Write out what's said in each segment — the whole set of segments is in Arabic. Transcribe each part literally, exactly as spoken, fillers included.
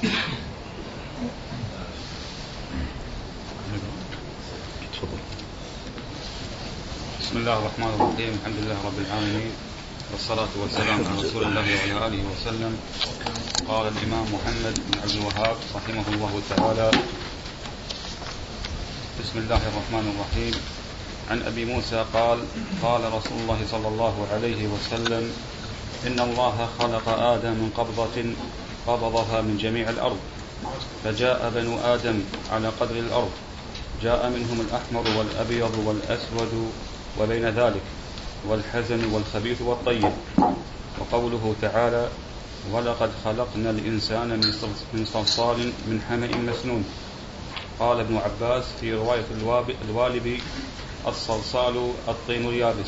بسم الله الرحمن الرحيم. الحمد لله رب العالمين، والصلاة والسلام على رسول الله وعلى آله وسلم. قال الإمام محمد بن عبد الوهاب رحمه الله تعالى: بسم الله الرحمن الرحيم. عن أبي موسى قال: قال رسول الله صلى الله عليه وسلم: إن الله خلق آدم من قبضة قبضها من جميع الأرض، فجاء بنو آدم على قدر الأرض، جاء منهم الأحمر والأبيض والأسود وبين ذلك، والحزن والخبيث والطيب. وقوله تعالى: ولقد خلقنا الإنسان من صلصال من حمأ مسنون. قال ابن عباس في رواية الوالبي: الصلصال الطين اليابس.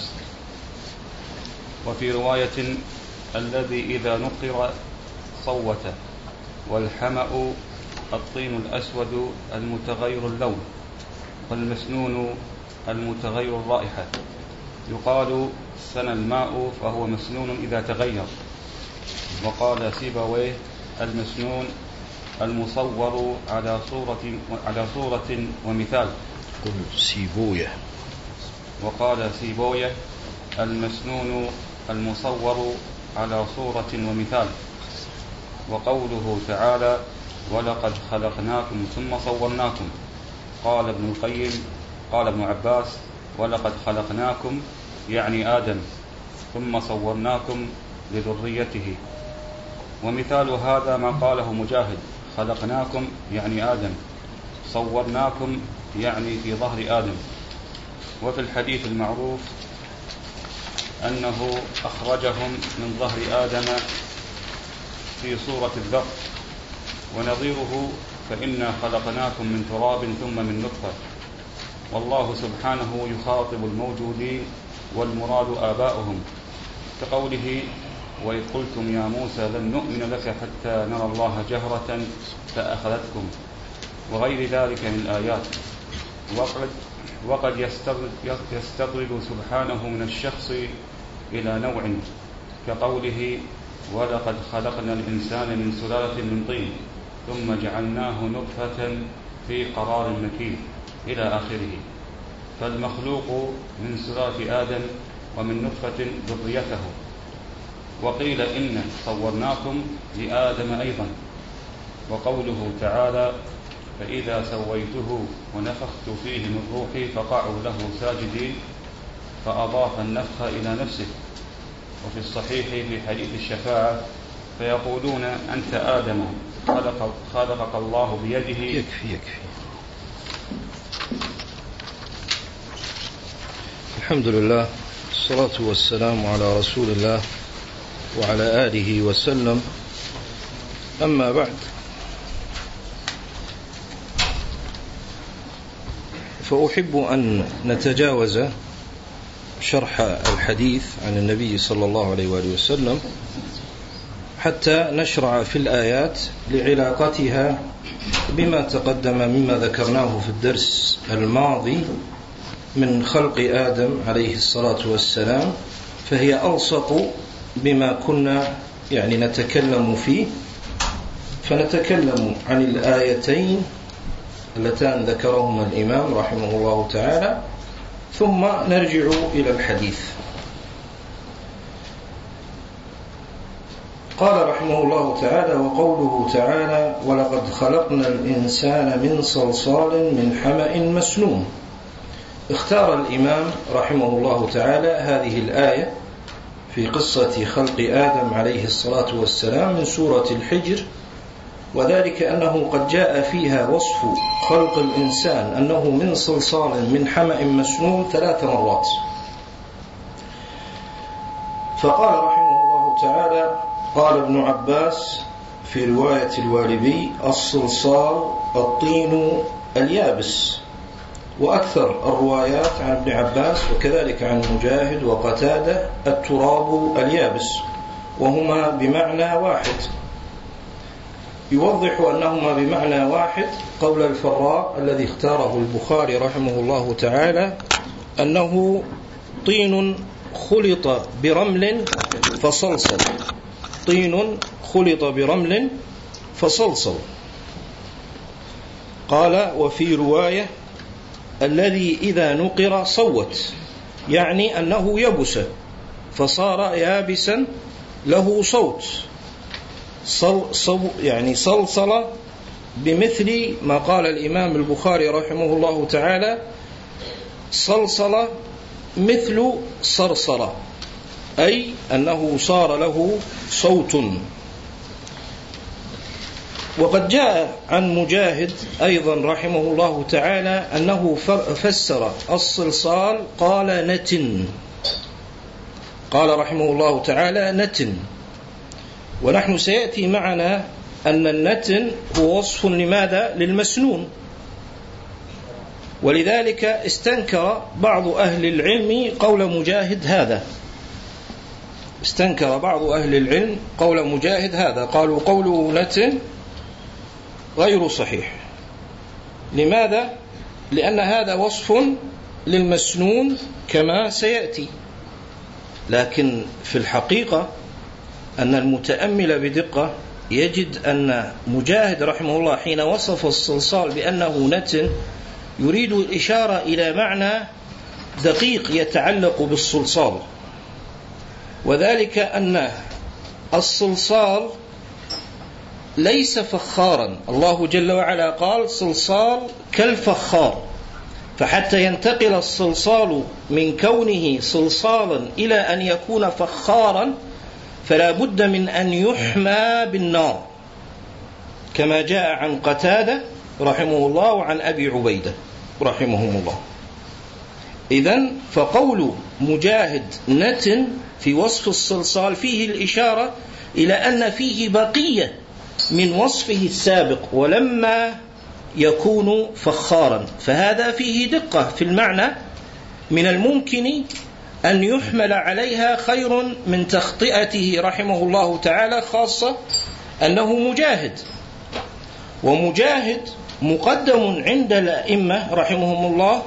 وفي رواية: الذي إذا نقر صوت. والحمأ الطين الأسود المتغير اللون، والمسنون المتغير الرائحة. يقال: سن الماء فهو مسنون إذا تغير. وقال سيبويه: المسنون المصور على صورة على صورة ومثال. سيبويه. وقال سيبويه: المسنون المصور على صورة ومثال. وقوله تعالى: ولقد خلقناكم ثم صورناكم. قال ابن القيم قال ابن عباس: ولقد خلقناكم يعني آدم، ثم صورناكم لذريته. ومثال هذا ما قاله مجاهد: خلقناكم يعني آدم، صورناكم يعني في ظهر آدم. وفي الحديث المعروف أنه أخرجهم من ظهر آدم في صورة الذر. ونظيره: فإنا خلقناكم من تراب ثم من نطفة. والله سبحانه يخاطب الموجودين والمراد آباؤهم، كقوله: وإذ قلتم يا موسى لن نؤمن لك حتى نرى الله جهرة فأخذتكم، وغير ذلك من الآيات. وقد, وقد يستطرد سبحانه من الشخص إلى نوع، كقوله: ولقد خلقنا الإنسان من سلالة من طين ثم جعلناه نطفة في قرار مكين، إلى آخره. فالمخلوق من سلالة آدم ومن نطفة ذريته. وقيل إن صورناكم لآدم أيضا. وقوله تعالى: فإذا سويته ونفخت فيه من روحي فقعوا له ساجدين، فأضاف النفخ إلى نفسه. وفي الصحيح في حديث الشفاعة: فيقولون أنت آدم خلق خلقك الله بيده. يكفي يكفي. الحمد لله، الصلاة والسلام على رسول الله وعلى آله وسلم. أما بعد، فأحب أن نتجاوز شرح الحديث عن النبي صلى الله عليه وآله وسلم حتى نشرع في الآيات لعلاقتها بما تقدم مما ذكرناه في الدرس الماضي من خلق آدم عليه الصلاة والسلام، فهي ألصق بما كنا يعني نتكلم فيه. فنتكلم عن الآيتين اللتان ذكرهما الإمام رحمه الله تعالى، ثم نرجع إلى الحديث. قال رحمه الله تعالى: وقوله تعالى: ولقد خلقنا الإنسان من صلصال من حمأ مسنون. اختار الإمام رحمه الله تعالى هذه الآية في قصة خلق آدم عليه الصلاة والسلام من سورة الحجر، وذلك أنه قد جاء فيها وصف خلق الإنسان أنه من صلصال من حمأ مسنون ثلاث مرات. فقال رحمه الله تعالى: قال ابن عباس في رواية الوالبي: الصلصال الطين اليابس. وأكثر الروايات عن ابن عباس وكذلك عن مجاهد وقتادة: التراب اليابس، وهما بمعنى واحد. يوضح أنهما بمعنى واحد قول الفراء الذي اختاره البخاري رحمه الله تعالى: أنه طين خلط برمل فصلصل. طين خلط برمل فصلصل. قال وفي رواية الذي إذا نقر صوت، يعني أنه يبس فصار يابسا له صوت. صل صل يعني صلصل بمثل ما قال الإمام البخاري رحمه الله تعالى: صلصل مثل صرصر، أي أنه صار له صوت. وقد جاء عن مجاهد أيضا رحمه الله تعالى أنه فسر الصلصال قال نتن، قال رحمه الله تعالى نتن. ونحن سيأتي معنا أن النتن هو وصف لماذا؟ للمسنون. ولذلك استنكر بعض أهل العلم قول مجاهد هذا، استنكر بعض أهل العلم قول مجاهد هذا، قالوا قوله نتن غير صحيح. لماذا؟ لأن هذا وصف للمسنون كما سيأتي. لكن في الحقيقة أن المتأمل بدقة يجد أن مجاهد رحمه الله حين وصف الصلصال بأنه نتن يريد الإشارة إلى معنى دقيق يتعلق بالصلصال، وذلك أن الصلصال ليس فخارا. الله جل وعلا قال صلصال كالفخار، فحتى ينتقل الصلصال من كونه صلصالا إلى أن يكون فخارا فلا بد من أن يحمى بالنار، كما جاء عن قتادة رحمه الله وعن أبي عبيدة رحمهم الله. إذن فقول مجاهد نتن في وصف الصلصال فيه الإشارة إلى أن فيه بقية من وصفه السابق ولما يكون فخارا، فهذا فيه دقة في المعنى من الممكن أن يحمل عليها خير من تخطئته رحمه الله تعالى، خاصة أنه مجاهد، ومجاهد مقدم عند الأئمة رحمهم الله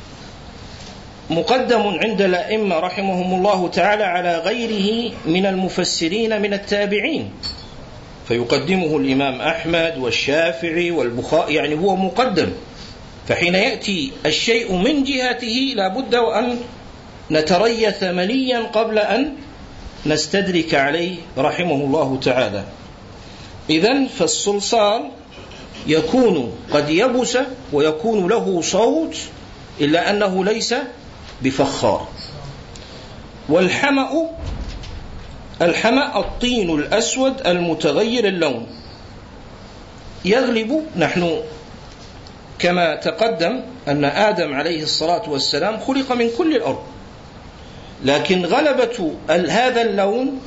مقدم عند الأئمة رحمهم الله تعالى على غيره من المفسرين من التابعين، فيقدمه الإمام أحمد والشافعي والبخاري، يعني هو مقدم. فحين يأتي الشيء من جهته لا بد وأن نتريث مليا قبل أن نستدرك عليه رحمه الله تعالى. إذن فالصلصال يكون قد يبس ويكون له صوت إلا أنه ليس بفخار. والحمأ الحمأ الطين الأسود المتغير اللون، يغلب، نحن كما تقدم أن آدم عليه الصلاة والسلام خلق من كل الأرض، لكن غلبة هذا اللون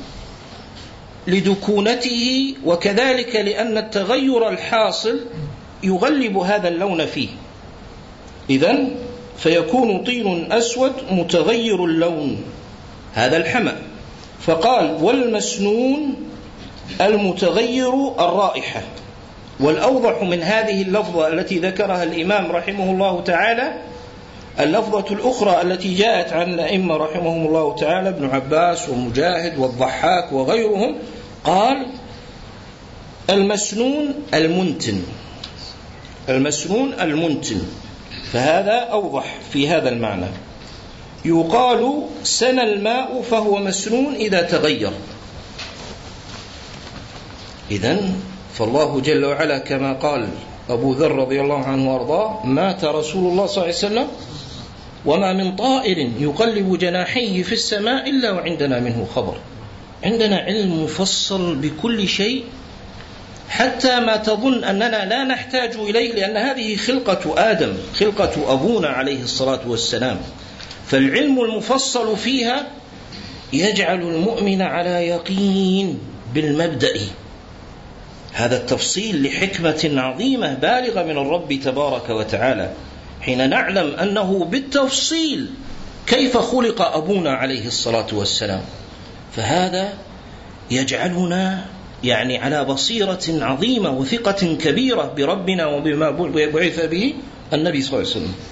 لدكونته، وكذلك لأن التغير الحاصل يغلب هذا اللون فيه. إذن فيكون طين أسود متغير اللون، هذا الحمأ. فقال والمسنون المتغير الرائحة. والأوضح من هذه اللفظة التي ذكرها الإمام رحمه الله تعالى اللفظة الأخرى التي جاءت عن الأئمة رحمهم الله تعالى ابن عباس ومجاهد والضحاك وغيرهم، قال المسنون المنتن، المسنون المنتن، فهذا أوضح في هذا المعنى. يقال سنى الماء فهو مسنون إذا تغير. إذن فالله جل وعلا كما قال أبو ذر رضي الله عنه وارضاه: مات رسول الله صلى الله عليه وسلم وما من طائر يقلب جناحيه في السماء إلا وعندنا منه خبر. عندنا علم مفصل بكل شيء حتى ما تظن أننا لا نحتاج إليه، لأن هذه خلقة آدم، خلقة أبونا عليه الصلاة والسلام. فالعلم المفصل فيها يجعل المؤمن على يقين بالمبدأ. هذا التفصيل لحكمة عظيمة بالغة من الرب تبارك وتعالى، حين نعلم أنه بالتفصيل كيف خلق أبونا عليه الصلاة والسلام، فهذا يجعلنا يعني على بصيرة عظيمة وثقة كبيرة بربنا وبما بعث به النبي صلى الله عليه وسلم.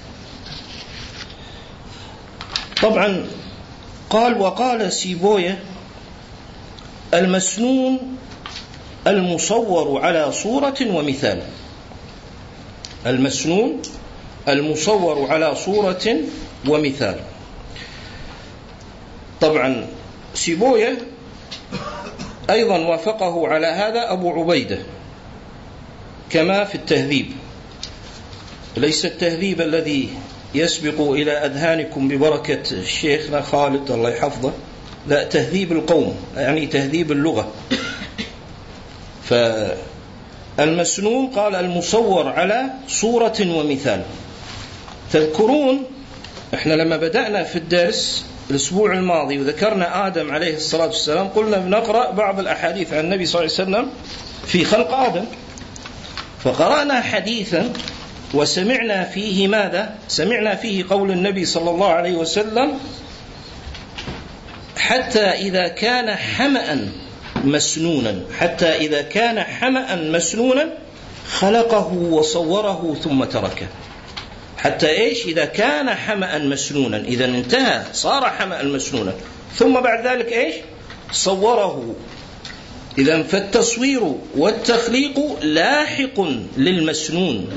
طبعا قال وقال سيبويه: المسنون المصور على صورة ومثال. المسنون المصور على صورة ومثال. طبعا سيبويه أيضا وافقه على هذا أبو عبيدة كما في التهذيب، ليس التهذيب الذي يسبق إلى أذهانكم ببركة شيخنا خالد الله يحفظه، لا، تهذيب القوم يعني تهذيب اللغة. فالمسنون قال المصور على صورة ومثال. تذكرون احنا لما بدأنا في الدرس الأسبوع الماضي وذكرنا آدم عليه الصلاة والسلام، قلنا بنقرأ بعض الأحاديث عن النبي صلى الله عليه وسلم في خلق آدم، فقرأنا حديثا وسمعنا فيه ماذا؟ سمعنا فيه قول النبي صلى الله عليه وسلم: حتى إذا كان حمأ مسنونا، حتى إذا كان حمأ مسنونا خلقه وصوره ثم تركه. حتى إيش؟ إذا كان حمأ مسنونا، إذا انتهى صار حمأ مسنونا، ثم بعد ذلك إيش؟ صوره. إذا فالتصوير والتخليق لاحق للمسنون،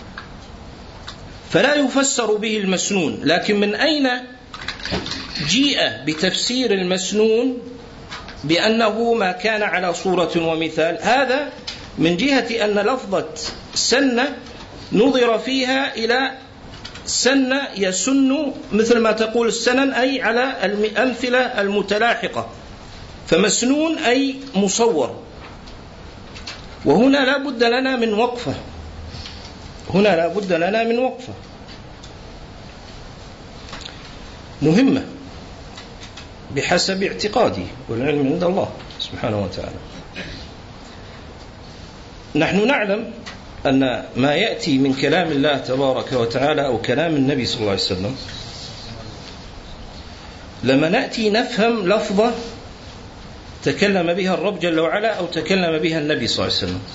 فلا يفسر به المسنون. لكن من أين جيء بتفسير المسنون بأنه ما كان على صورة ومثال؟ هذا من جهة أن لفظة سن نظر فيها إلى سن يسن، مثل ما تقول السنن، أي على الأمثلة المتلاحقة، فمسنون أي مصور. وهنا لا بد لنا من وقفة، هنا لا بد لنا من وقفة مهمة بحسب اعتقادي والعلم عند الله سبحانه وتعالى. نحن نعلم أن ما يأتي من كلام الله تبارك وتعالى أو كلام النبي صلى الله عليه وسلم، لما نأتي نفهم لفظة تكلم بها الرب جل وعلا أو تكلم بها النبي صلى الله عليه وسلم،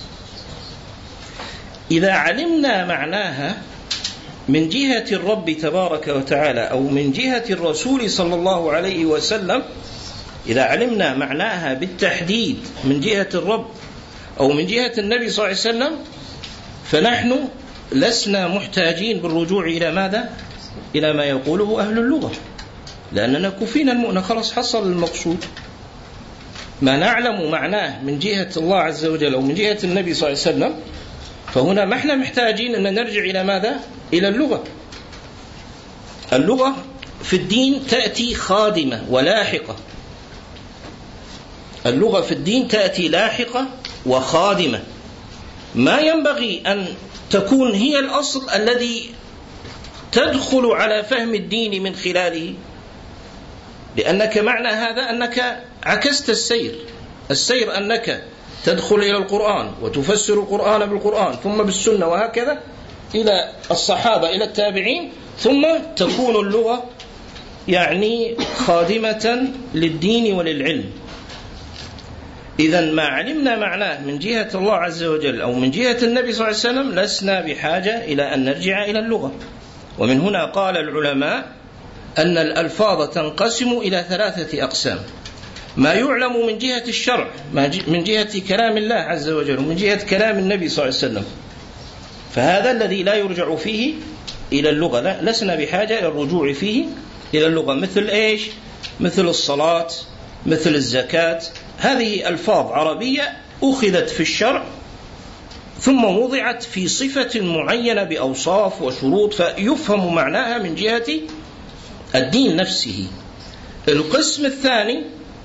إذا علمنا معناها من جهة الرب تبارك وتعالى أو من جهة الرسول صلى الله عليه وسلم، إذا علمنا معناها بالتحديد من جهة الرب أو من جهة النبي صلى الله عليه وسلم، فنحن لسنا محتاجين بالرجوع إلى ماذا؟ إلى ما يقوله أهل اللغة، لأننا كفينا المؤنة، خلاص حصل المقصود. ما نعلم معناه من جهة الله عز وجل أو من جهة النبي صلى الله عليه وسلم، فهنا ما احنا محتاجين أن نرجع إلى ماذا؟ إلى اللغة. اللغة في الدين تأتي خادمة ولاحقة، اللغة في الدين تأتي لاحقة وخادمة، ما ينبغي أن تكون هي الأصل الذي تدخل على فهم الدين من خلاله، لأنك معنى هذا أنك عكست السير. السير أنك تدخل إلى القرآن وتفسر القرآن بالقرآن ثم بالسنة وهكذا إلى الصحابة إلى التابعين، ثم تكون اللغة يعني خادمة للدين وللعلم. إذن ما علمنا معناه من جهة الله عز وجل أو من جهة النبي صلى الله عليه وسلم لسنا بحاجة إلى أن نرجع إلى اللغة. ومن هنا قال العلماء أن الألفاظ تنقسم إلى ثلاثة أقسام: ما يعلم من جهة الشرع من جهة كلام الله عز وجل ومن جهة كلام النبي صلى الله عليه وسلم، فهذا الذي لا يرجع فيه إلى اللغة، لا لسنا بحاجة إلى الرجوع فيه إلى اللغة. مثل إيش؟ مثل الصلاة، مثل الزكاة، هذه ألفاظ عربية أخذت في الشرع ثم وضعت في صفة معينة بأوصاف وشروط، فيفهم معناها من جهة الدين نفسه. القسم الثاني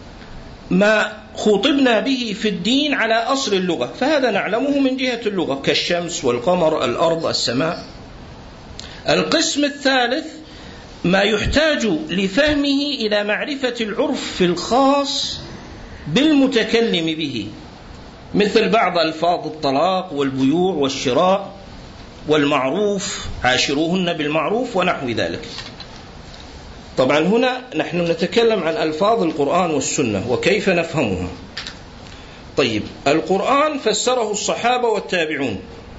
ما خطبنا به في الدين على أصل اللغة، فهذا نعلمه من جهة اللغة كالشمس والقمر الأرض السماء. القسم الثالث ما يحتاج لفهمه إلى معرفة العرف في الخاص بالمتكلم به، مثل بعض ألفاظ الطلاق والبيوع والشراء والمعروف، عاشروهن بالمعروف ونحو ذلك. طبعا هنا نحن نتكلم عن ألفاظ القرآن والسنة وكيف نفهمها. طيب، القرآن فسره الصحابة والتابعون،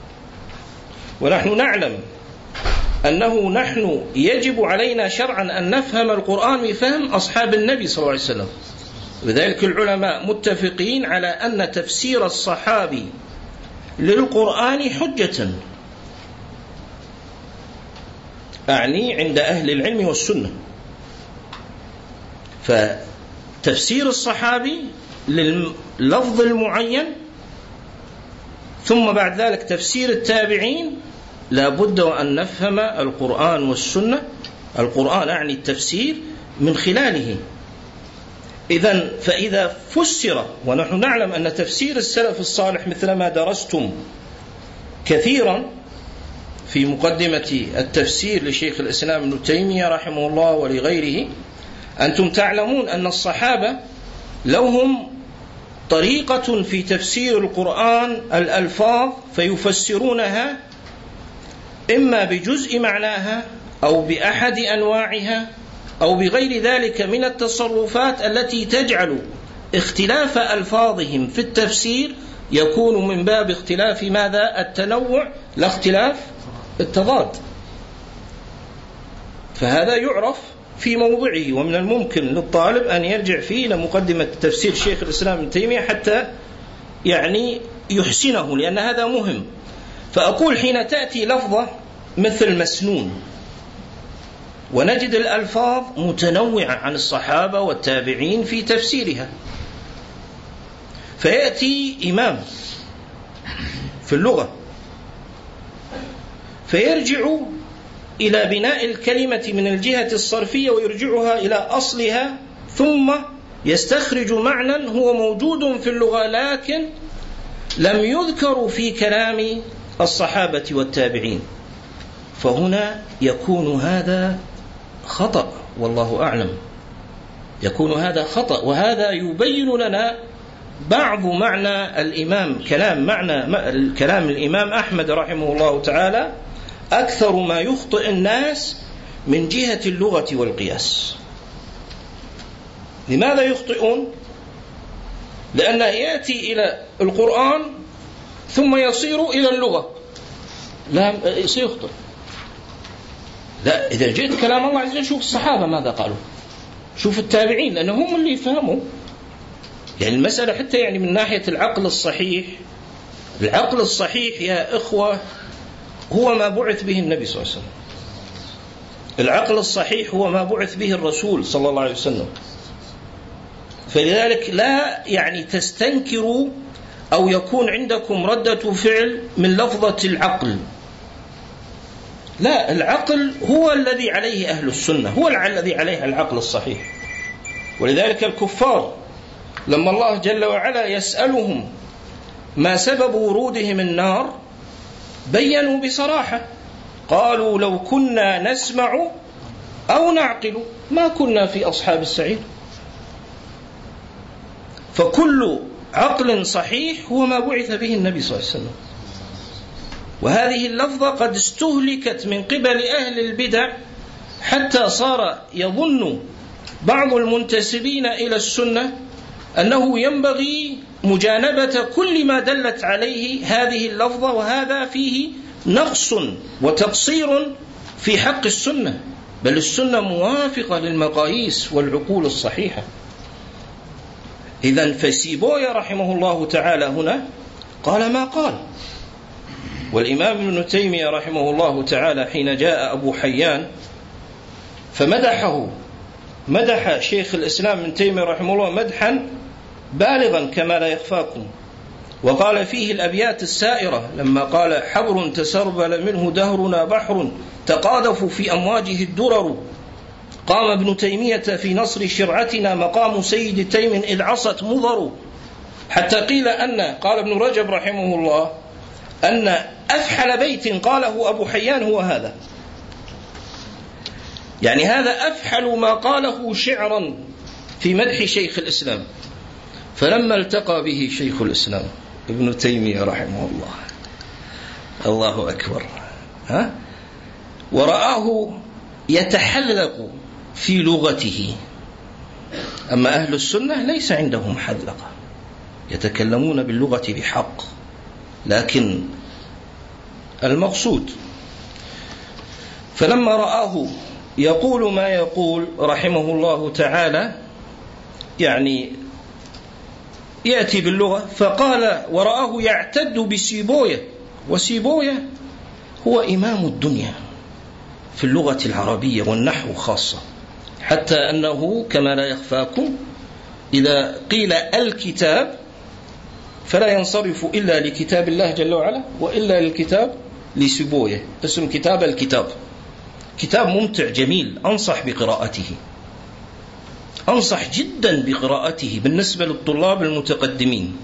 ونحن نعلم أنه نحن يجب علينا شرعا أن نفهم القرآن بفهم أصحاب النبي صلى الله عليه وسلم، لذلك العلماء متفقين على أن تفسير الصحابي للقرآن حجة، أعني عند أهل العلم والسنة. فتفسير الصحابي لللفظ المعين ثم بعد ذلك تفسير التابعين لا بد وأن نفهم القرآن والسنة، القرآن أعني التفسير من خلاله. إذن فإذا فسر، ونحن نعلم أن تفسير السلف الصالح مثل ما درستم كثيرا في مقدمة التفسير لشيخ الإسلام ابن تيمية رحمه الله ولغيره، أنتم تعلمون أن الصحابة لهم طريقة في تفسير القرآن الألفاظ فيفسرونها إما بجزء معناها أو بأحد أنواعها أو بغير ذلك من التصرفات التي تجعل اختلاف ألفاظهم في التفسير يكون من باب اختلاف ماذا؟ التنوع، لا اختلاف التضاد. فهذا يعرف في موضعه، ومن الممكن للطالب أن يرجع فيه إلى مقدمة تفسير شيخ الإسلام ابن تيمية حتى يعني يحسنه، لأن هذا مهم. فأقول حين تأتي لفظة مثل مسنون ونجد الألفاظ متنوعة عن الصحابة والتابعين في تفسيرها، فيأتي إمام في اللغة فيرجع إلى بناء الكلمة من الجهة الصرفية ويرجعها إلى أصلها، ثم يستخرج معنى هو موجود في اللغة لكن لم يذكر في كلام الصحابة والتابعين، فهنا يكون هذا خطأ والله أعلم، يكون هذا خطأ. وهذا يبين لنا بعض معنى الإمام كلام معنى كلام الإمام أحمد رحمه الله تعالى أكثر ما يخطئ الناس من جهة اللغة والقياس. لماذا يخطئون؟ لأنه يأتي إلى القرآن ثم يصير إلى اللغة، لا سيخطئ. لا، إذا جئت كلام الله عز وجل شوف الصحابة ماذا قالوا، شوف التابعين، لأنهم اللي يفهموا. يعني المسألة حتى يعني من ناحية العقل الصحيح، العقل الصحيح يا إخوة هو ما بعث به النبي صلى الله عليه وسلم، العقل الصحيح هو ما بعث به الرسول صلى الله عليه وسلم. فلذلك لا يعني تستنكروا أو يكون عندكم ردة فعل من لفظة العقل، لا، العقل هو الذي عليه أهل السنة، هو الذي عليه العقل الصحيح. ولذلك الكفار لما الله جل وعلا يسألهم ما سبب ورودهم النار بيّنوا بصراحة، قالوا لو كنا نسمع أو نعقل ما كنا في أصحاب السعير. فكل عقل صحيح هو ما بعث به النبي صلى الله عليه وسلم. وهذه اللفظة قد استهلكت من قبل أهل البدع حتى صار يظن بعض المنتسبين إلى السنة أنه ينبغي مجانبة كل ما دلت عليه هذه اللفظة، وهذا فيه نقص وتقصير في حق السنة، بل السنة موافقة للمقاييس والعقول الصحيحة. إذن فسيبويه رحمه الله تعالى هنا قال ما قال. والإمام ابن تيمية رحمه الله تعالى حين جاء أبو حيان فمدحه، مدح شيخ الإسلام ابن تيمية رحمه الله مدحا بالغا كما لا يخفاكم، وقال فيه الأبيات السائرة لما قال حبر تسربل منه دهرنا بحر تقاذف في أمواجه الدرر، قام ابن تيمية في نصر شرعتنا مقام سيد تيم إذ عصت مضر، حتى قيل أن قال ابن رجب رحمه الله أن أفحل بيت قاله أبو حيان هو هذا، يعني هذا أفحل ما قاله شعرا في مدح شيخ الإسلام. فلما التقى به شيخ الإسلام ابن تيمية رحمه الله، الله أكبر، ها، ورآه يتحلق في لغته. أما أهل السنة ليس عندهم حذلقة، يتكلمون باللغة بحق، لكن المقصود. فلما رآه يقول ما يقول رحمه الله تعالى، يعني يأتي باللغة فقال ورآه يعتد بسيبويه، وسيبويه هو إمام الدنيا في اللغة العربية والنحو خاصة، حتى أنه كما لا يخفاكم إذا قيل الكتاب فلا ينصرف إلا لكتاب الله جل وعلا وإلا للكتاب لسيبويه، اسم كتاب الكتاب. كتاب ممتع جميل، أنصح بقراءته، أنصح جدا بقراءته بالنسبة للطلاب المتقدمين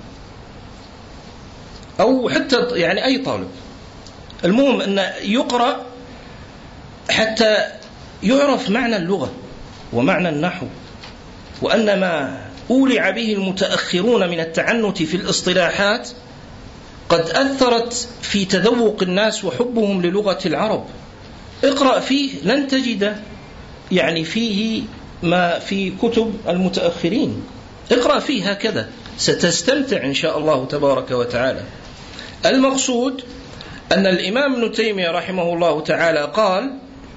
أو حتى يعني أي طالب. المهم أن يقرأ حتى يعرف معنى اللغة ومعنى النحو، وأن ما أولع به المتأخرون من التعنت في الاصطلاحات قد أثرت في تذوق الناس وحبهم للغة العرب. اقرأ فيه لن تجد يعني فيه ما في كتب المتأخرين، اقرأ فيه هكذا ستستمتع إن شاء الله تبارك وتعالى. المقصود أن الإمام ابن تيمية رحمه الله تعالى قال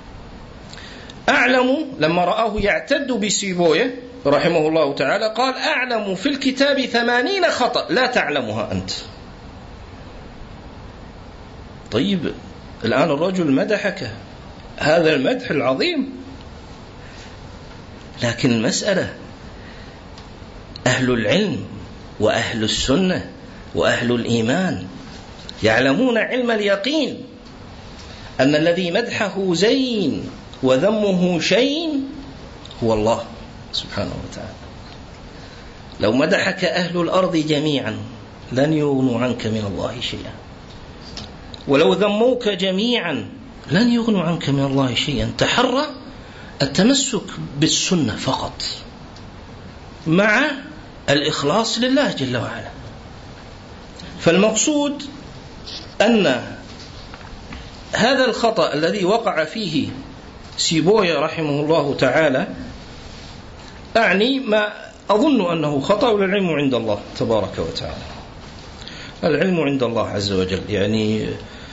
أعلم لما رآه يعتد بسيبويه رحمه الله تعالى قال أعلم في الكتاب ثمانين خطأ لا تعلمها أنت. طيب الآن الرجل مدحك هذا المدح العظيم، لكن المسألة أهل العلم وأهل السنة وأهل الإيمان يعلمون علم اليقين أن الذي مدحه زين وذمه شين هو الله سبحانه وتعالى. لو مدحك أهل الأرض جميعا لن يغنوا عنك من الله شيئا، ولو ذموك جميعا لن يغنوا عنك من الله شيئا. تحرى التمسك بالسنة فقط مع الإخلاص لله جل وعلا. فالمقصود أن هذا الخطأ الذي وقع فيه سيبويه رحمه الله تعالى أعني ما أظن أنه خطأ، والعلم عند الله تبارك وتعالى، العلم عند الله عز وجل يعني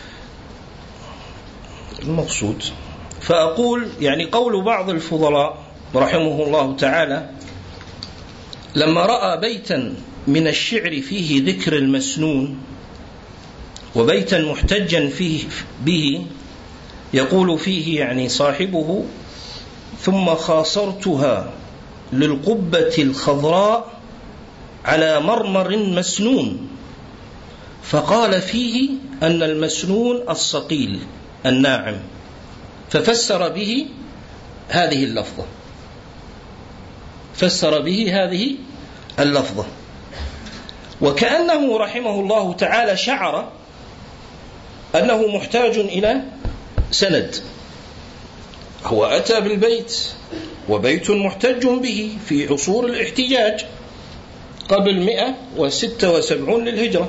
المقصود. فأقول يعني قول بعض الفضلاء رحمه الله تعالى لما رأى بيتا من الشعر فيه ذكر المسنون وبيتا محتجا فيه به يقول فيه يعني صاحبه ثم خاصرتها للقبة الخضراء على مرمر مسنون، فقال فيه أن المسنون الصقيل الناعم، ففسر به هذه اللفظة فسر به هذه اللفظة وكأنه رحمه الله تعالى شعر أنه محتاج إلى سند. هو أتى بالبيت وبيت محتج به في عصور الاحتجاج قبل مئة وستة وسبعين للهجرة،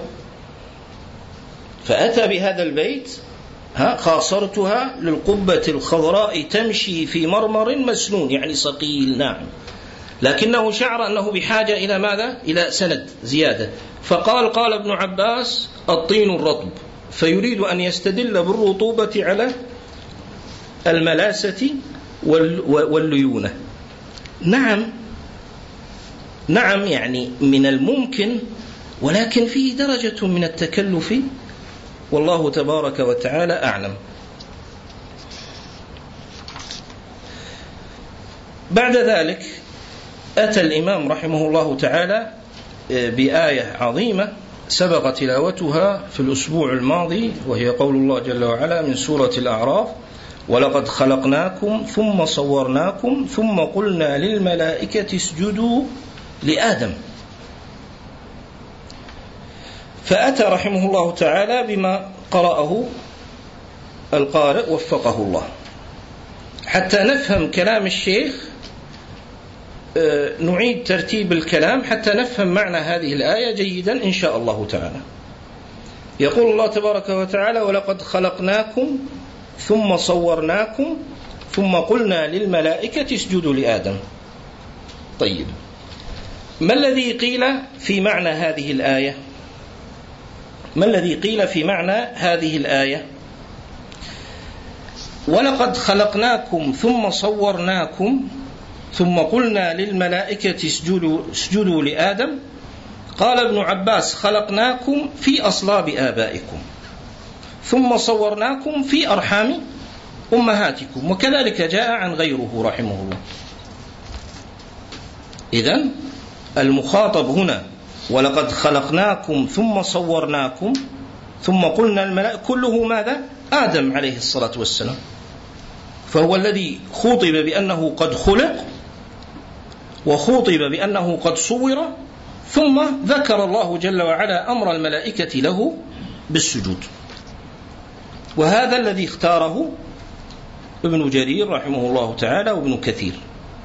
فأتى بهذا البيت ها خاصرتها للقبة الخضراء تمشي في مرمر مسنون يعني صقيل ناعم، لكنه شعر أنه بحاجة إلى ماذا؟ إلى سند زيادة، فقال قال ابن عباس الطين الرطب، فيريد أن يستدل بالرطوبة على الملاسة والليونة. نعم نعم يعني من الممكن، ولكن فيه درجة من التكلف والله تبارك وتعالى أعلم. بعد ذلك أتى الإمام رحمه الله تعالى بآية عظيمة سبق تلاوتها في الأسبوع الماضي، وهي قول الله جل وعلا من سورة الأعراف ولقد خلقناكم ثم صورناكم ثم قلنا للملائكة اسجدوا لآدم. فأتى رحمه الله تعالى بما قرأه القارئ وفقه الله حتى نفهم كلام الشيخ. نعيد ترتيب الكلام حتى نفهم معنى هذه الآية جيدا إن شاء الله تعالى. يقول الله تبارك وتعالى ولقد خلقناكم ثم صورناكم ثم قلنا للملائكة اسجدوا لآدم. طيب ما الذي قيل في معنى هذه الآية؟ ما الذي قيل في معنى هذه الآية؟ ولقد خلقناكم ثم صورناكم ثم قلنا للملائكة اسجدوا, اسجدوا لآدم. قال ابن عباس: خلقناكم في أصلاب آبائكم ثم صورناكم في أرحام أمهاتكم. وكذلك جاء عن غيره رحمه الله. إذن المخاطب هنا ولقد خلقناكم ثم صورناكم ثم قلنا الملائكة كله ماذا؟ آدم عليه الصلاة والسلام، فهو الذي خوطب بأنه قد خلق وخوطب بأنه قد صور، ثم ذكر الله جل وعلا أمر الملائكة له بالسجود. وهذا الذي اختاره ابن جرير رحمه الله تعالى وابن كثير.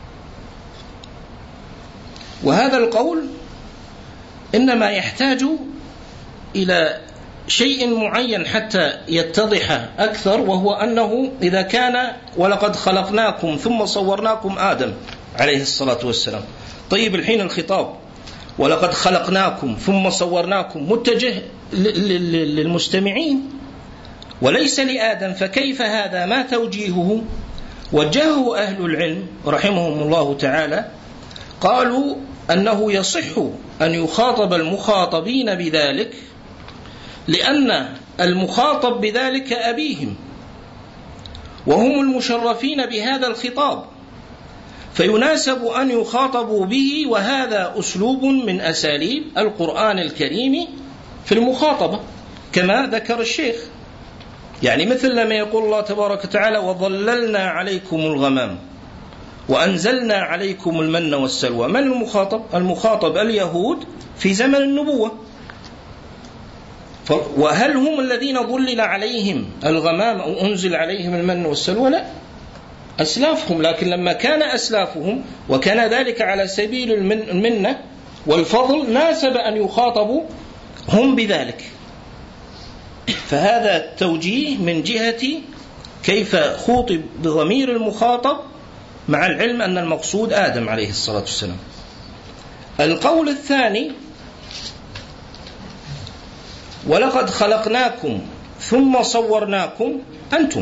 وهذا القول إنما يحتاج إلى شيء معين حتى يتضح أكثر، وهو أنه إذا كان ولقد خلقناكم ثم صورناكم آدم عليه الصلاة والسلام، طيب الحين الخطاب ولقد خلقناكم ثم صورناكم متجه للمستمعين وليس لآدم، فكيف هذا؟ ما توجيهه؟ وجهه أهل العلم رحمهم الله تعالى، قالوا أنه يصح أن يخاطب المخاطبين بذلك لأن المخاطب بذلك أبيهم وهم المشرفين بهذا الخطاب، فيناسب أن يخاطبوا به، وهذا أسلوب من أساليب القرآن الكريم في المخاطبة كما ذكر الشيخ. يعني مثل لما يقول الله تبارك وتعالى: وظللنا عليكم الغمام وأنزلنا عليكم المن والسلوى. من المخاطب؟ المخاطب اليهود في زمن النبوة. وهل هم الذين ظلل عليهم الغمام أو أنزل عليهم المن والسلوى؟ لا، أسلافهم. لكن لما كان أسلافهم وكان ذلك على سبيل المنة والفضل ناسب أن يخاطبوا هم بذلك. فهذا التوجيه من جهة كيف خوطب بضمير المخاطب، مع العلم أن المقصود آدم عليه الصلاة والسلام. القول الثاني: ولقد خلقناكم ثم صورناكم أنتم.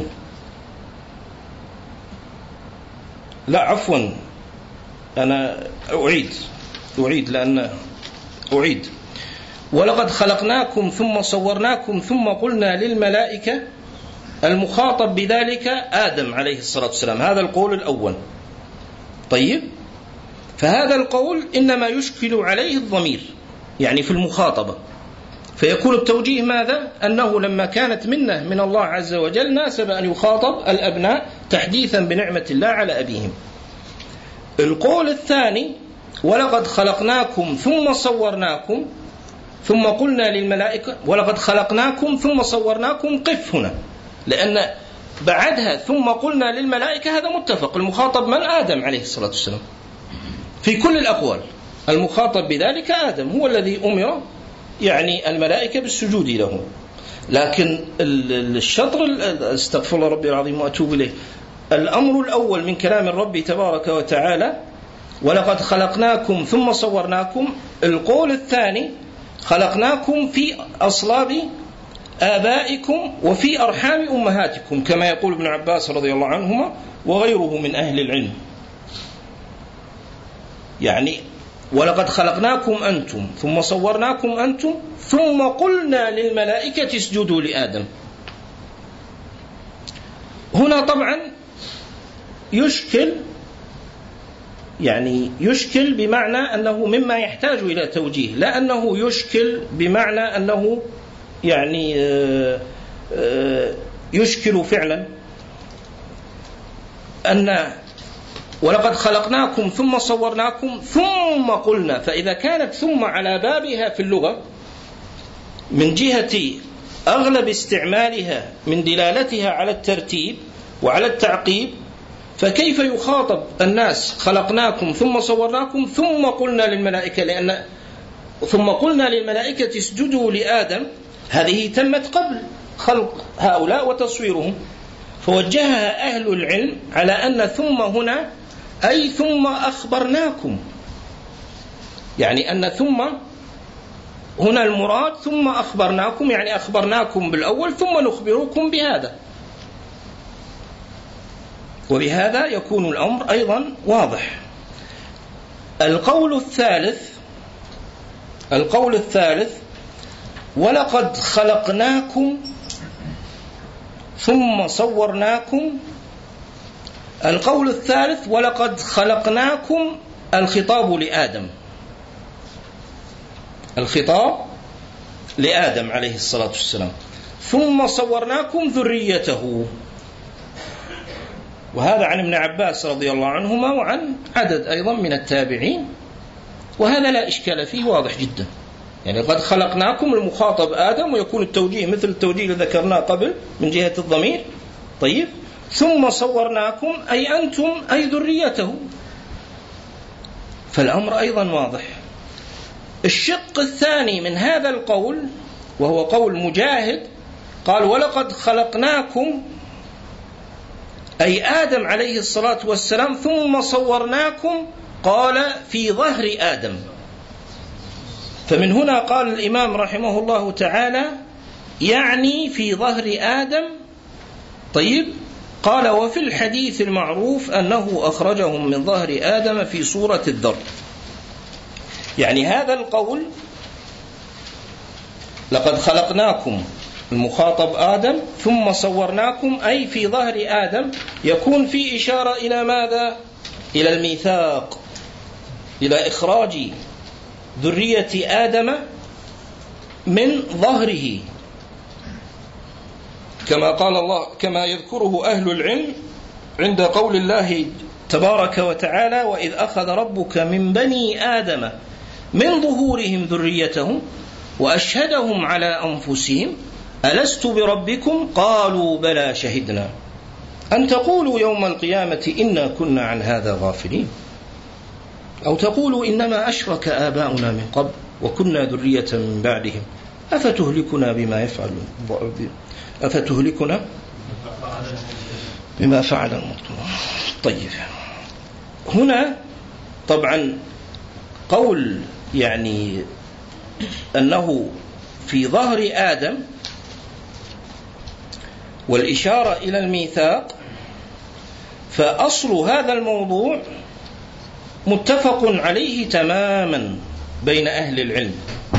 لا عفوا، أنا أعيد أعيد لأن أعيد ولقد خلقناكم ثم صورناكم ثم قلنا للملائكة، المخاطب بذلك آدم عليه الصلاة والسلام. هذا القول الأول. طيب، فهذا القول إنما يشكل عليه الضمير، يعني في المخاطبة، فيكون التوجيه ماذا؟ أنه لما كانت منة من الله عز وجل ناسب أن يخاطب الأبناء تحديثا بنعمة الله على أبيهم. القول الثاني: ولقد خلقناكم ثم صورناكم ثم قلنا للملائكة، ولقد خلقناكم ثم صورناكم، قف هنا، لأن بعدها ثم قلنا للملائكة هذا متفق. المخاطب من؟ آدم عليه الصلاة والسلام في كل الأقوال. المخاطب بذلك آدم، هو الذي أمر يعني الملائكة بالسجود له. لكن الشطر، استغفر الله ربي العظيم وأتوب إليه، الأمر الأول من كلام الرب تبارك وتعالى: ولقد خلقناكم ثم صورناكم. القول الثاني: خلقناكم في أصلاب آبائكم وفي أرحام أمهاتكم، كما يقول ابن عباس رضي الله عنهما وغيره من أهل العلم. يعني ولقد خلقناكم أنتم ثم صورناكم أنتم ثم قلنا للملائكة اسجدوا لآدم. هنا طبعا يشكل، يعني يشكل بمعنى أنه مما يحتاج إلى توجيه، لا أنه يشكل بمعنى أنه يعني يشكل فعلا أن ولقد خلقناكم ثم صورناكم ثم قلنا. فإذا كانت ثم على بابها في اللغة من جهة أغلب استعمالها من دلالتها على الترتيب وعلى التعقيب، فكيف يخاطب الناس خلقناكم ثم صورناكم ثم قلنا للملائكة؟ لأن ثم قلنا للملائكة اسجدوا لآدم هذه تمت قبل خلق هؤلاء وتصويرهم. فوجهها أهل العلم على أن ثم هنا أي ثم أخبرناكم، يعني أن ثم هنا المراد ثم أخبرناكم، يعني أخبرناكم بالأول ثم نخبركم بهذا. وبهذا يكون الأمر أيضا واضح. القول الثالث القول الثالث ولقد خلقناكم ثم صورناكم. القول الثالث ولقد خلقناكم الخطاب لآدم، الخطاب لآدم عليه الصلاة والسلام، ثم صورناكم ذريته. وهذا عن ابن عباس رضي الله عنهما وعن عدد أيضا من التابعين، وهذا لا إشكال فيه، واضح جدا. يعني قد خلقناكم المخاطب آدم، ويكون التوجيه مثل التوجيه الذي ذكرناه قبل من جهة الضمير. طيب، ثم صورناكم أي أنتم أي ذريته، فالأمر أيضا واضح. الشق الثاني من هذا القول وهو قول مجاهد، قال ولقد خلقناكم أي آدم عليه الصلاة والسلام، ثم صورناكم قال في ظهر آدم. فمن هنا قال الإمام رحمه الله تعالى يعني في ظهر آدم. طيب، قال وفي الحديث المعروف أنه أخرجهم من ظهر آدم في صورة الذر. يعني هذا القول لقد خلقناكم المخاطب آدم ثم صورناكم أي في ظهر آدم، يكون في إشارة إلى ماذا؟ إلى الميثاق، إلى إخراج ذرية آدم من ظهره، كما قال الله، كما يذكره أهل العلم عند قول الله تبارك وتعالى وإذ أخذ ربك من بني آدم من ظهورهم ذريتهم وأشهدهم على أنفسهم ألست بربكم قالوا بلى شهدنا أن تقولوا يوم القيامة إنا كنا عن هذا غافلين أو تقولوا إنما أشرك آباؤنا من قبل وكنا ذرية من بعدهم أفتهلكنا بما يفعلون أفتهلكنا بما فعل المبطلون. طيب، هنا طبعا قول يعني أنه في ظهر آدم والإشارة إلى الميثاق، فأصل هذا الموضوع متفق عليه تماما بين أهل العلم.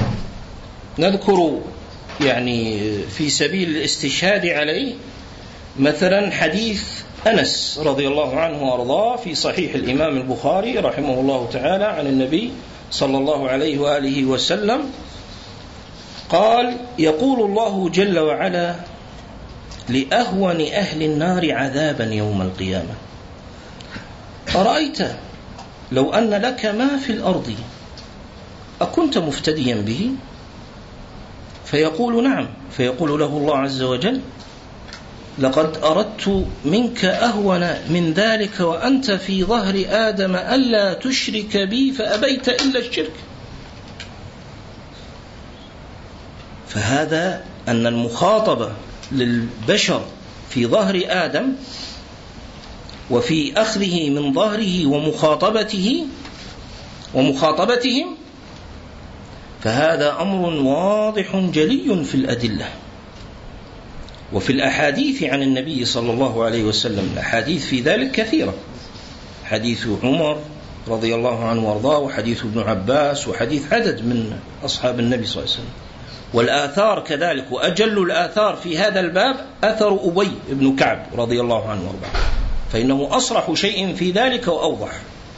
نذكر يعني في سبيل الاستشهاد عليه مثلا حديث أنس رضي الله عنه وأرضاه في صحيح الإمام البخاري رحمه الله تعالى عن النبي صلى الله عليه وآله وسلم قال يقول الله جل وعلا لأهون أهل النار عذابا يوم القيامة أرأيت لو أن لك ما في الأرض أكنت مفتديا به؟ فيقول نعم، فيقول له الله عز وجل لقد أردت منك أهون من ذلك وأنت في ظهر آدم ألا تشرك بي فأبيت إلا الشرك. فهذا أن المخاطبة للبشر في ظهر آدم وفي أخذه من ظهره ومخاطبته ومخاطبتهم، فهذا أمر واضح جلي في الأدلة وفي الأحاديث عن النبي صلى الله عليه وسلم. الأحاديث في ذلك كثيرة، حديث عمر رضي الله عنه وارضاه، وحديث ابن عباس، وحديث عدد من أصحاب النبي صلى الله عليه وسلم، والآثار كذلك. وأجل الآثار في هذا الباب أثر أبي بن كعب رضي الله عنه وارضاه، فإنه أصرح شيء في ذلك وأوضح.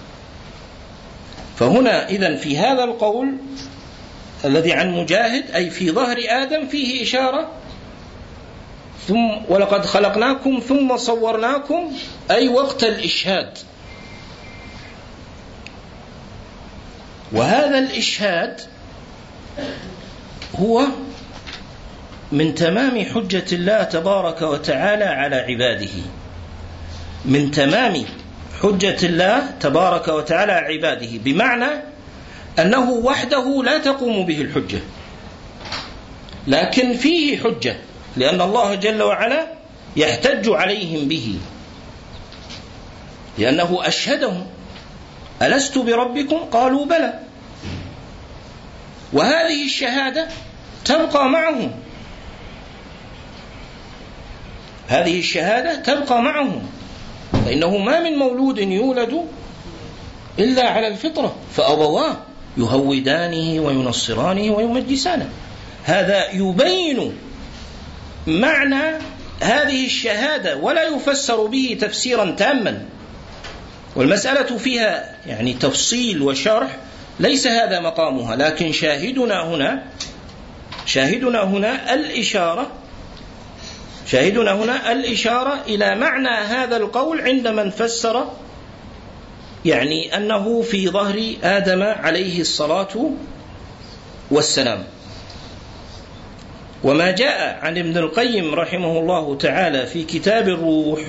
فهنا إذن في هذا القول الذي عن مجاهد أي في ظهر آدم فيه إشارة، ثم ولقد خلقناكم ثم صورناكم أي وقت الإشهاد. وهذا الإشهاد هو من تمام حجة الله تبارك وتعالى على عباده، من تمام حجة الله تبارك وتعالى على عباده، بمعنى أنه وحده لا تقوم به الحجة، لكن فيه حجة، لأن الله جل وعلا يحتج عليهم به، لأنه أشهدهم ألست بربكم قالوا بلى. وهذه الشهادة تبقى معهم، هذه الشهادة تبقى معهم، فإنه ما من مولود يولد إلا على الفطرة، فأبواه يهودانه وينصرانه ويمجسانه. هذا يبين معنى هذه الشهادة ولا يفسر به تفسيرا تاما، والمسألة فيها يعني تفصيل وشرح ليس هذا مقامها، لكن شاهدنا هنا شاهدنا هنا الإشارة شاهدنا هنا الإشارة إلى معنى هذا القول عند من فسر يعني أنه في ظهر آدم عليه الصلاة والسلام. وما جاء عن ابن القيم رحمه الله تعالى في كتاب الروح،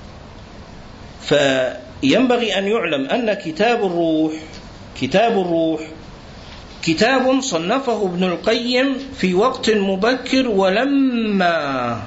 فينبغي أن يعلم أن كتاب الروح كتاب الروح كتاب صنفه ابن القيم في وقت مبكر ولما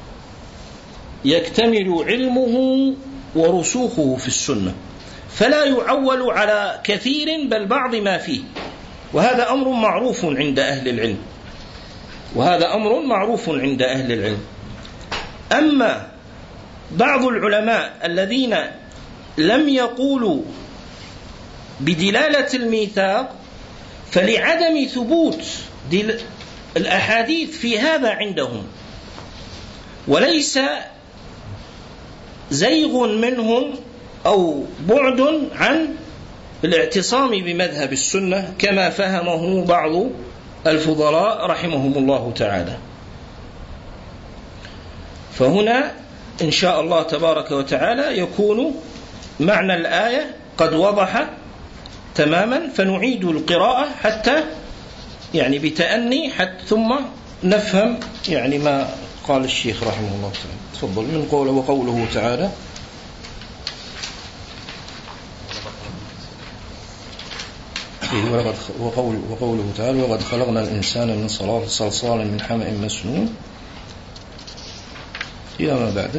يكتمل علمه ورسوخه في السنة، فلا يعول على كثير بل بعض ما فيه، وهذا أمر معروف عند أهل العلم وهذا أمر معروف عند أهل العلم. أما بعض العلماء الذين لم يقولوا بدلالة الميثاق فلعدم ثبوت الأحاديث في هذا عندهم، وليس زيغ منهم أو بعد عن الاعتصام بمذهب السنة كما فهمه بعض الفضلاء رحمهم الله تعالى. فهنا إن شاء الله تبارك وتعالى يكون معنى الآية قد وضح تماما، فنعيد القراءة حتى يعني بتأني حتى ثم نفهم يعني ما قال الشيخ رحمه الله تعالى. تفضل. من قوله وقوله تعالى وقول وقوله تعالى وقد خلقنا الإنسان من صلصال من حمأ مسنون إلى ما بعده.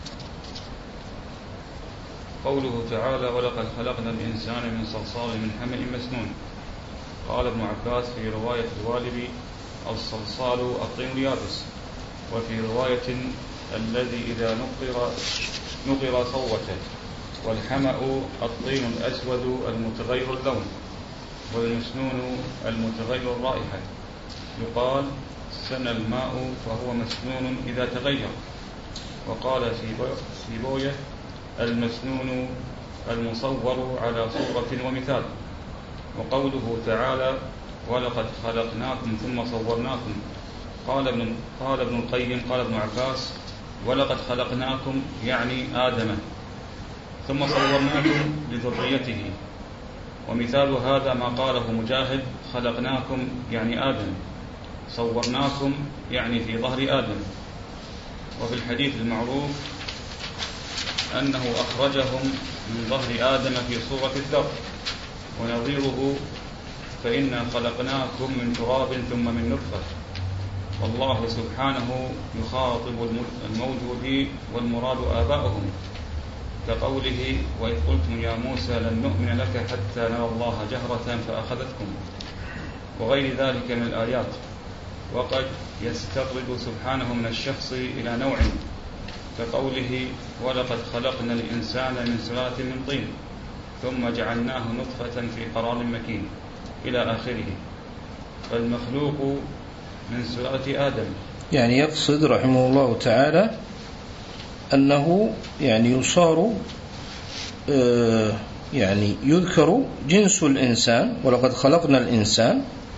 قوله تعالى ولقد خلقنا الإنسان من صلصال من حمأ مسنون. قال ابن عباس في رواية الوالبي الصلصال الطين اليابس، وفي رواية الذي إذا نقر نقر صوته، والحمأ الطين الأسود المتغير اللون، والمسنون المتغير الرائحة. يقال سن الماء فهو مسنون إذا تغير. وقال في بويه المسنون المصور على صورة ومثال. وقوله تعالى ولقد خلقناكم ثم صورناكم. قال ابن, قال ابن القيم قال ابن عباس ولقد خلقناكم يعني آدم ثم صورناكم لذريته. ومثال هذا ما قاله مجاهد خلقناكم يعني آدم، صورناكم يعني في ظهر آدم. وفي الحديث المعروف أنه أخرجهم من ظهر آدم في صورة الذر، ونظيره فإنا خلقناكم من تراب ثم من نطفة. والله سبحانه يخاطب الموجود والمراد آباؤهم، كقوله وإذ قلتم يا موسى لن نؤمن لك حتى نرى الله جهرة فأخذتكم، وغير ذلك من الآيات. وقد يستطرد سبحانه من الشخص إلى نوع، كقوله ولقد خلقنا الإنسان من سلالة من طين ثم جعلناه نطفة في قرار مكين إلى آخره. فالمخلوق من سلالة آدم. يعني يقصد رحمه الله تعالى أنه يعني يصار آه يعني يذكر جنس الإنسان ولقد خلقنا الإنسان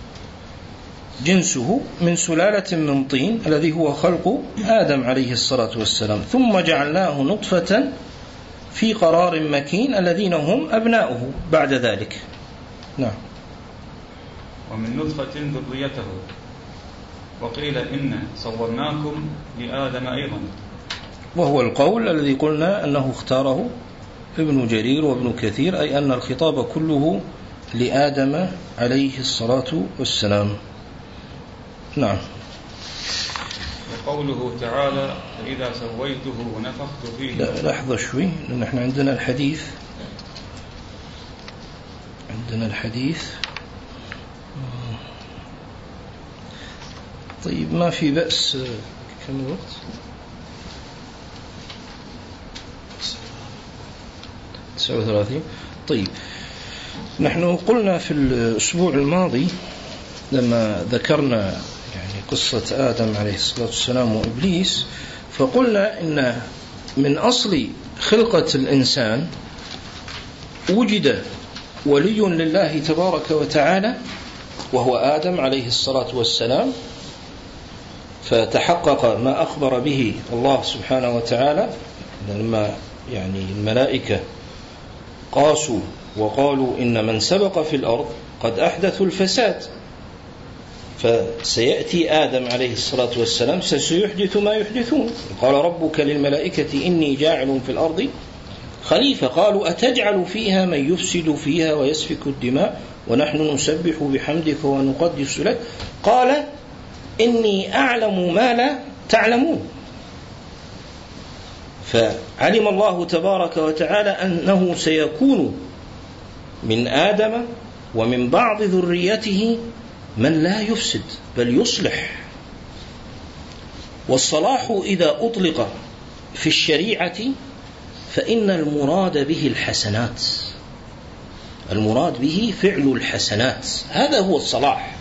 جنسه من سلالة من طين الذي هو خلق آدم عليه الصلاة والسلام، ثم جعلناه نطفة في قرار مكين الذين هم أبناؤه بعد ذلك. نعم. ومن نطفة ذريته. وقيل إن صورناكم لآدم أيضا، وهو القول الذي قلنا أنه اختاره ابن جرير وابن كثير، أي أن الخطاب كله لآدم عليه الصلاة والسلام. نعم. وقوله تعالى فإذا سويته ونفخت فيه. لا لحظة شوي، لأن احنا عندنا الحديث عندنا الحديث طيب ما في بأس. كم الوقت؟ تسعة وثلاثين. طيب نحن قلنا في الأسبوع الماضي لما ذكرنا يعني قصة آدم عليه الصلاة والسلام وإبليس، فقلنا إن من أصل خلقة الإنسان وجد ولي لله تبارك وتعالى وهو آدم عليه الصلاة والسلام، فتحقق ما أخبر به الله سبحانه وتعالى لما يعني الملائكة قاسوا وقالوا إن من سبق في الأرض قد أحدثوا الفساد، فسيأتي آدم عليه الصلاة والسلام سيحدث ما يحدثون. قال ربك للملائكة إني جاعل في الأرض خليفة، قالوا أتجعل فيها من يفسد فيها ويسفك الدماء ونحن نسبح بحمدك ونقدس لك، قال إني أعلم ما لا تعلمون. فعلم الله تبارك وتعالى أنه سيكون من آدم ومن بعض ذريته من لا يفسد بل يصلح. والصلاح إذا أطلق في الشريعة فإن المراد به الحسنات، المراد به فعل الحسنات، هذا هو الصلاح.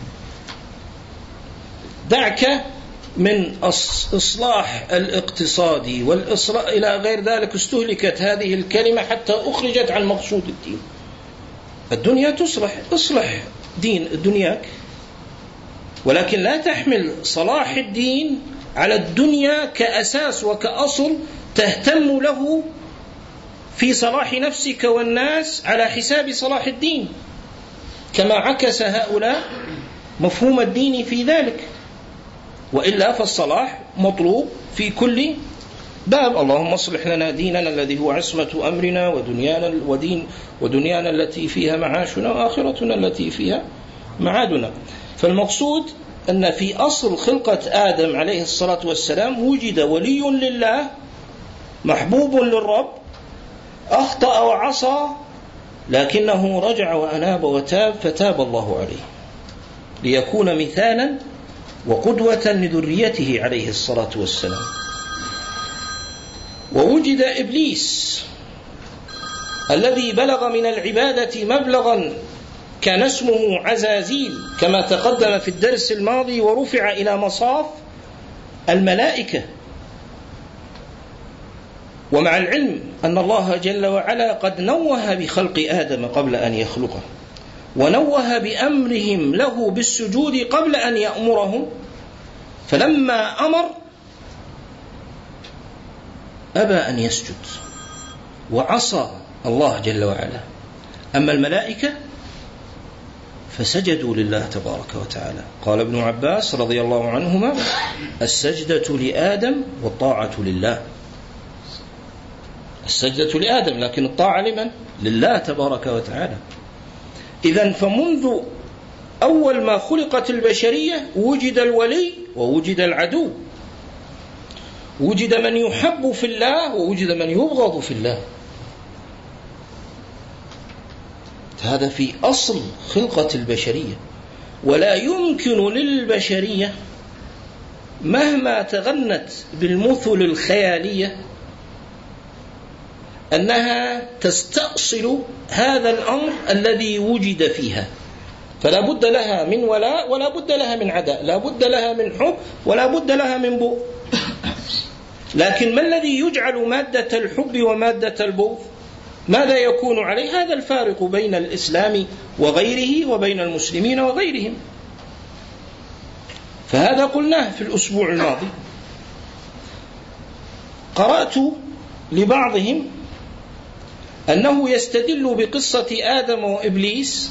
دعك من إصلاح الاقتصادي والإصلاح إلى غير ذلك، استهلكت هذه الكلمة حتى أخرجت عن مقصود الدين. الدنيا تصلح، اصلح دين دنياك، ولكن لا تحمل صلاح الدين على الدنيا كأساس وكأصل تهتم له في صلاح نفسك والناس على حساب صلاح الدين، كما عكس هؤلاء مفهوم الدين في ذلك. وإلا فالصلاح مطلوب في كل باب. اللهم اصلح لنا ديننا الذي هو عصمة أمرنا ودنيانا ودين ودنيانا التي فيها معاشنا وآخرتنا التي فيها معادنا. فالمقصود أن في أصل خلقة آدم عليه الصلاة والسلام وجد ولي لله محبوب للرب، أخطأ وعصى لكنه رجع وأناب وتاب فتاب الله عليه ليكون مثالا وقدوة لذريته عليه الصلاة والسلام. ووجد إبليس الذي بلغ من العبادة مبلغا كان اسمه عزازيل كما تقدم في الدرس الماضي، ورفع إلى مصاف الملائكة. ومع العلم أن الله جل وعلا قد نوه بخلق آدم قبل أن يخلقه، ونوه بأمرهم له بالسجود قبل أن يأمرهم، فلما أمر أبى أن يسجد وعصى الله جل وعلا. أما الملائكة فسجدوا لله تبارك وتعالى. قال ابن عباس رضي الله عنهما: السجدة لآدم والطاعة لله. السجدة لآدم لكن الطاعة لمن؟ لله تبارك وتعالى. إذن فمنذ أول ما خلقت البشرية وجد الولي ووجد العدو، وجد من يحب في الله ووجد من يبغض في الله. هذا في أصل خلقة البشرية. ولا يمكن للبشرية مهما تغنت بالمثل الخيالية أنها تستأصل هذا الأمر الذي وجد فيها، فلا بد لها من ولاء ولا بد لها من عداء، لا بد لها من حب ولا بد لها من بغض. لكن ما الذي يجعل مادة الحب ومادة البغض؟ ماذا يكون عليه؟ هذا الفارق بين الإسلام وغيره وبين المسلمين وغيرهم. فهذا قلناه في الأسبوع الماضي. قرأت لبعضهم أنه يستدل بقصة آدم وإبليس،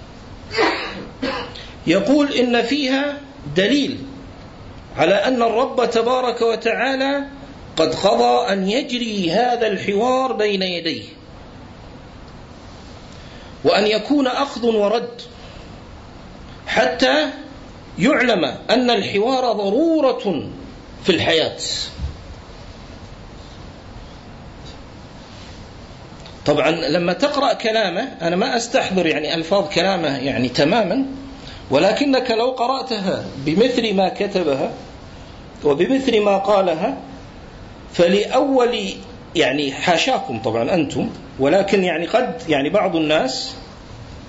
يقول إن فيها دليل على أن الرب تبارك وتعالى قد قضى أن يجري هذا الحوار بين يديه، وأن يكون أخذ ورد حتى يعلم أن الحوار ضرورة في الحياة. طبعا لما تقرأ كلامه، أنا ما أستحضر يعني ألفاظ كلامه يعني تماما، ولكنك لو قرأتها بمثل ما كتبها وبمثل ما قالها فلأول يعني حاشاكم طبعا أنتم، ولكن يعني قد يعني بعض الناس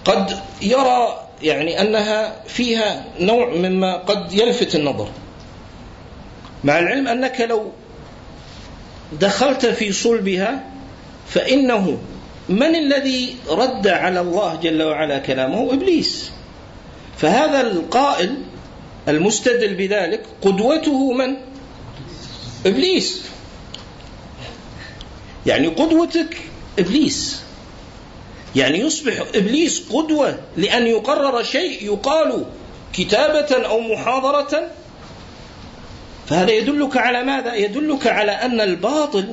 قد يرى يعني أنها فيها نوع مما قد يلفت النظر، مع العلم أنك لو دخلت في صلبها فإنه من الذي رد على الله جل وعلا كلامه؟ إبليس. فهذا القائل المستدل بذلك قدوته من؟ إبليس. يعني قدوتك إبليس، يعني يصبح إبليس قدوة لأن يقرر شيء يقال كتابة أو محاضرة. فهذا يدلك على ماذا؟ يدلك على أن الباطل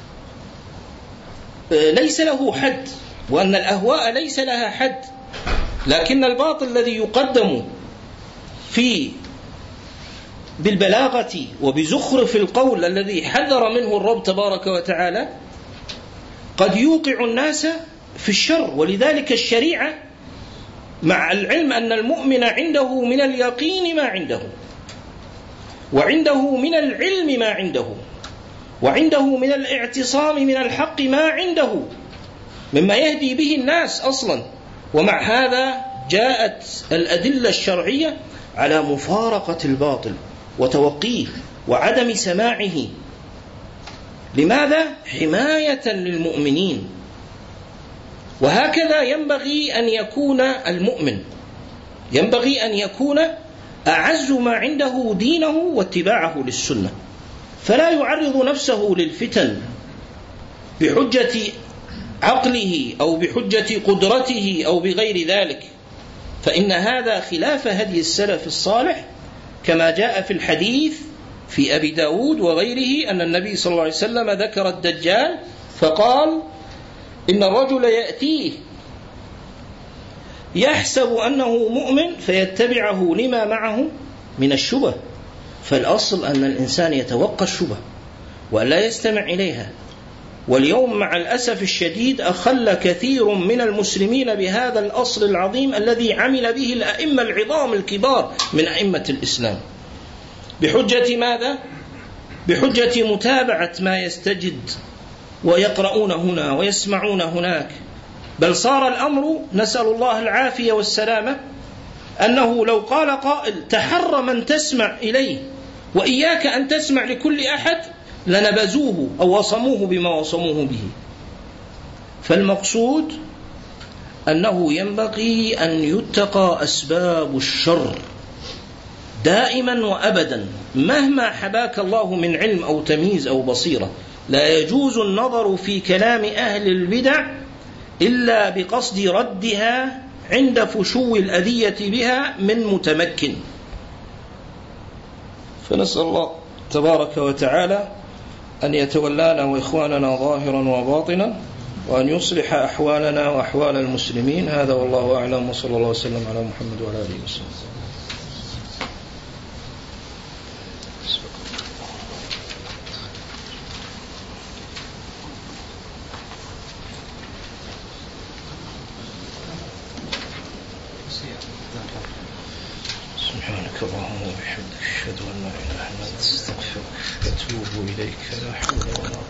ليس له حد، وأن الأهواء ليس لها حد، لكن الباطل الذي يقدم في بالبلاغة وبزخرف القول الذي حذر منه الرب تبارك وتعالى قد يوقع الناس في الشر. ولذلك الشريعة مع العلم أن المؤمن عنده من اليقين ما عنده، وعنده من العلم ما عنده، وعنده من الاعتصام من الحق ما عنده مما يهدي به الناس أصلا، ومع هذا جاءت الأدلة الشرعية على مفارقة الباطل وتوقيه وعدم سماعه. لماذا؟ حماية للمؤمنين. وهكذا ينبغي أن يكون المؤمن، ينبغي أن يكون أعز ما عنده دينه واتباعه للسنة، فلا يعرض نفسه للفتن بحجة عقله أو بحجة قدرته أو بغير ذلك، فإن هذا خلاف هدي السلف الصالح، كما جاء في الحديث في أبي داود وغيره أن النبي صلى الله عليه وسلم ذكر الدجال فقال إن الرجل يأتيه يحسب أنه مؤمن فيتبعه لما معه من الشبه. فالأصل أن الإنسان يتوقع الشبه ولا يستمع إليها. واليوم مع الأسف الشديد أخل كثير من المسلمين بهذا الأصل العظيم الذي عمل به الأئمة العظام الكبار من أئمة الإسلام، بحجة ماذا؟ بحجة متابعة ما يستجد ويقرؤون هنا ويسمعون هناك. بل صار الأمر نسأل الله العافية والسلامة أنه لو قال قائل تحرى من تسمع إليه وإياك أن تسمع لكل أحد لنبذوه أو وصموه بما وصموه به. فالمقصود أنه ينبغي أن يتقى أسباب الشر دائما وأبدا، مهما حباك الله من علم أو تمييز أو بصيرة. لا يجوز النظر في كلام أهل البدع إلا بقصد ردها عند فشو الأذية بها من متمكن. فنسأل الله تبارك وتعالى أن يتولانا وإخواننا ظاهرا وباطنا، وأن يصلح أحوالنا وأحوال المسلمين. هذا والله أعلم، وصلى الله وسلم على محمد وعلى آله وسلم. سبحانك اللهم وبحمدك أشهد أن لا إله إلا أنت أستغفرك وأتوب إليك. لا حول ولا قوة